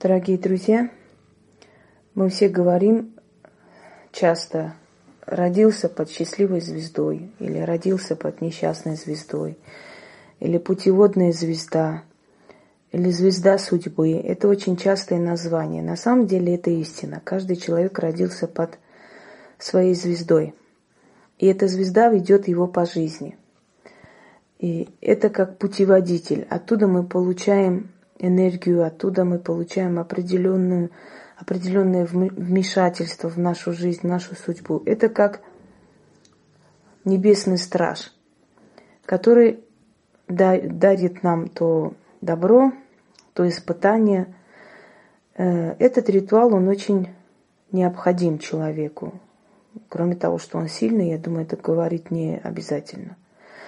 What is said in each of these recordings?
Дорогие друзья, мы все говорим часто: родился под счастливой звездой, или родился под несчастной звездой, или путеводная звезда, или звезда судьбы. Это очень частые названия. На самом деле это истина. Каждый человек родился под своей звездой. И эта звезда ведет его по жизни. И это как путеводитель. Оттуда мы получаем энергию, оттуда мы получаем определенное вмешательство в нашу жизнь, в нашу судьбу. Это как небесный страж, который дарит нам то добро, то испытание. Этот ритуал, он очень необходим человеку. Кроме того, что он сильный, я думаю, это говорить не обязательно.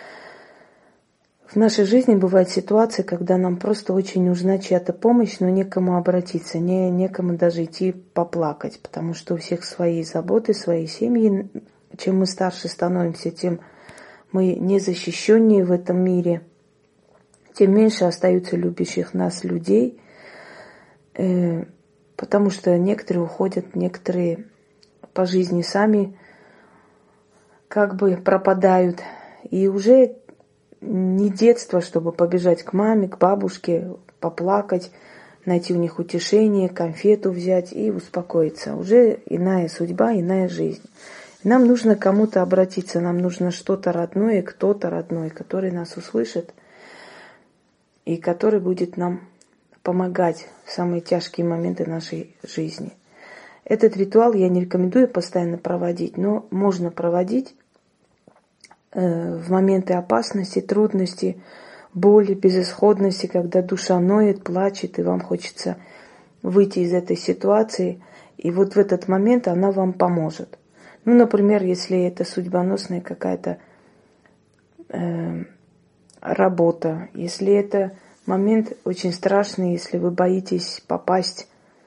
В нашей жизни бывают ситуации, когда нам просто очень нужна чья-то помощь, но некому обратиться, некому даже идти поплакать, потому что у всех свои заботы, свои семьи. Чем мы старше становимся, тем мы незащищеннее в этом мире, тем меньше остаются любящих нас людей, потому что некоторые уходят, некоторые по жизни сами как бы пропадают, и уже не детство, чтобы побежать к маме, к бабушке, поплакать, найти у них утешение, конфету взять и успокоиться. Уже иная судьба, иная жизнь. И нам нужно к кому-то обратиться, нам нужно что-то родное, кто-то родной, который нас услышит и который будет нам помогать в самые тяжкие моменты нашей жизни. Этот ритуал я не рекомендую постоянно проводить, но можно проводить в моменты опасности, трудности, боли, безысходности, когда душа ноет, плачет, и вам хочется выйти из этой ситуации. И вот в этот момент она вам поможет. Ну, например, если это судьбоносная какая-то работа, если это момент очень страшный, если вы боитесь попасть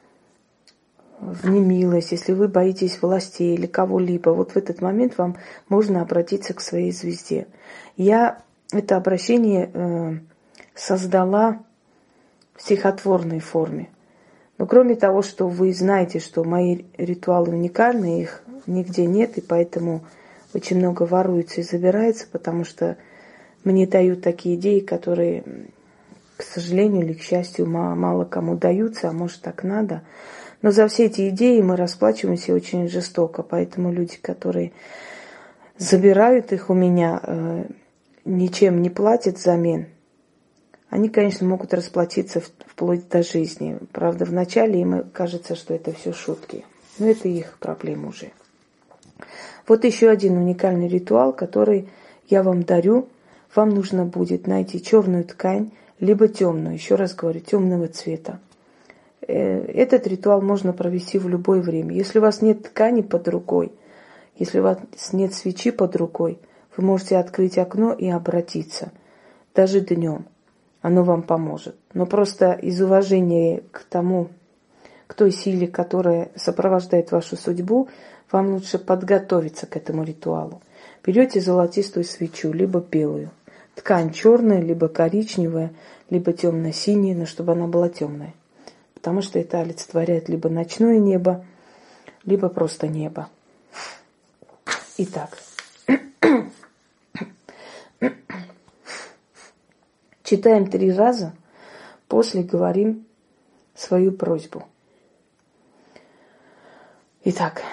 в немилость, если вы боитесь властей или кого-либо, вот в этот момент вам можно обратиться к своей звезде. Я это обращение создала в стихотворной форме. Но кроме того, что вы знаете, что мои ритуалы уникальны, их нигде нет, и поэтому очень много воруется и забирается, потому что мне дают такие идеи, которые, к сожалению или к счастью, мало кому даются, а может так надо. Но за все эти идеи мы расплачиваемся очень жестоко. Поэтому люди, которые забирают их у меня, ничем не платят взамен, они, конечно, могут расплатиться вплоть до жизни. Правда, вначале им кажется, что это все шутки. Но это их проблема уже. Вот еще один уникальный ритуал, который я вам дарю. Вам нужно будет найти черную ткань, либо темную, еще раз говорю, темного цвета. Этот ритуал можно провести в любое время. Если у вас нет ткани под рукой, если у вас нет свечи под рукой, вы можете открыть окно и обратиться. Даже днем. Оно вам поможет. Но просто из уважения к той силе, которая сопровождает вашу судьбу, вам лучше подготовиться к этому ритуалу. Берете золотистую свечу, либо белую. Ткань черная, либо коричневая, либо темно-синяя, но чтобы она была темная. Потому что это олицетворяет либо ночное небо, либо просто небо. Итак, читаем 3 раза, после говорим свою просьбу. Итак.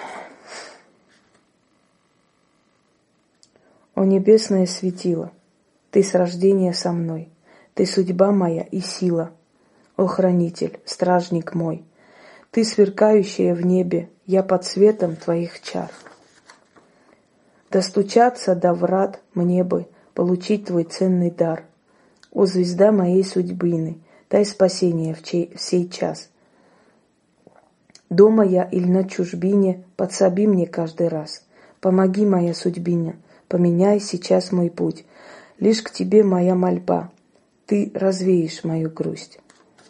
О небесное светило, ты с рождения со мной, ты судьба моя и сила. О хранитель, стражник мой, ты сверкающая в небе, я под светом твоих чар. Достучаться до врат мне бы, получить твой ценный дар. О звезда моей судьбины, дай спасение в сей час. Дома я или на чужбине, подсоби мне каждый раз. Помоги, моя судьбине, поменяй сейчас мой путь. Лишь к тебе моя мольба, ты развеешь мою грусть.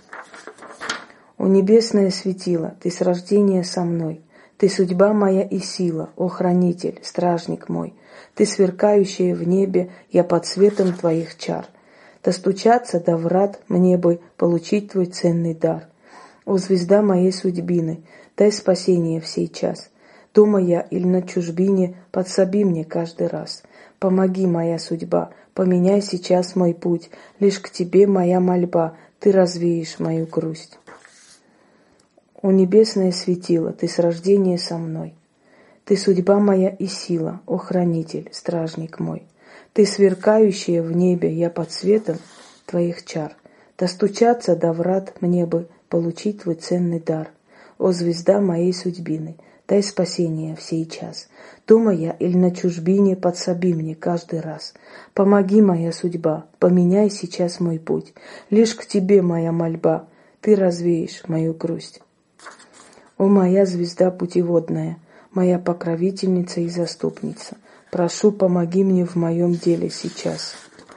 О небесное светило, ты с рождения со мной, ты судьба моя и сила, о хранитель, стражник мой, ты сверкающая в небе, я под светом твоих чар. Достучаться до врат мне бы, получить твой ценный дар. О, звезда моей судьбины, дай спасение в сей час. Дома я или на чужбине, подсоби мне каждый раз. Помоги, моя судьба, поменяй сейчас мой путь. Лишь к тебе моя мольба, ты развеешь мою грусть. О, небесное светило, ты с рождения со мной. Ты судьба моя и сила, о хранитель, стражник мой. Ты сверкающая в небе, я под светом твоих чар. Достучаться до врат мне бы, получить твой ценный дар. О, звезда моей судьбины, дай спасение в сей час. Дома я или на чужбине, подсоби мне каждый раз. Помоги, моя судьба, поменяй сейчас мой путь. Лишь к тебе моя мольба, ты развеешь мою грусть. О, моя звезда путеводная, моя покровительница и заступница, прошу, помоги мне в моем деле сейчас.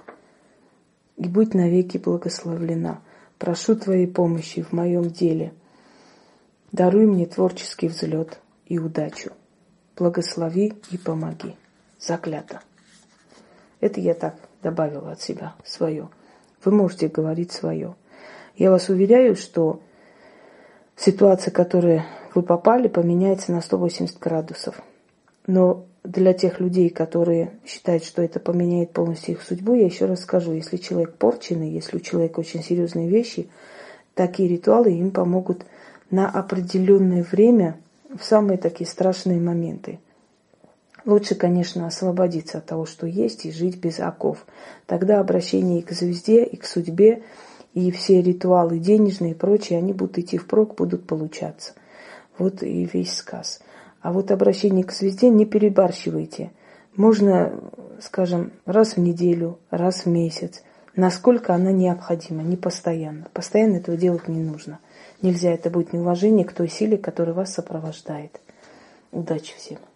И будь навеки благословлена. Прошу твоей помощи в моем деле. Даруй мне творческий взлет и удачу. Благослови и помоги. Заклято. Это я так добавила от себя свое. Вы можете говорить свое. Я вас уверяю, что ситуация, в которую вы попали, поменяется на 180 градусов. Но для тех людей, которые считают, что это поменяет полностью их судьбу, я еще раз скажу, если человек порченный, если у человека очень серьезные вещи, такие ритуалы им помогут на определенное время в самые такие страшные моменты. Лучше, конечно, освободиться от того, что есть, и жить без оков. Тогда обращение и к звезде, и к судьбе, и все ритуалы денежные и прочие, они будут идти впрок, будут получаться. Вот и весь сказ. А вот обращение к звезде не перебарщивайте. Можно, скажем, раз в неделю, раз в месяц. Насколько она необходима, не постоянно. Постоянно этого делать не нужно. Нельзя, это будет неуважение к той силе, которая вас сопровождает. Удачи всем!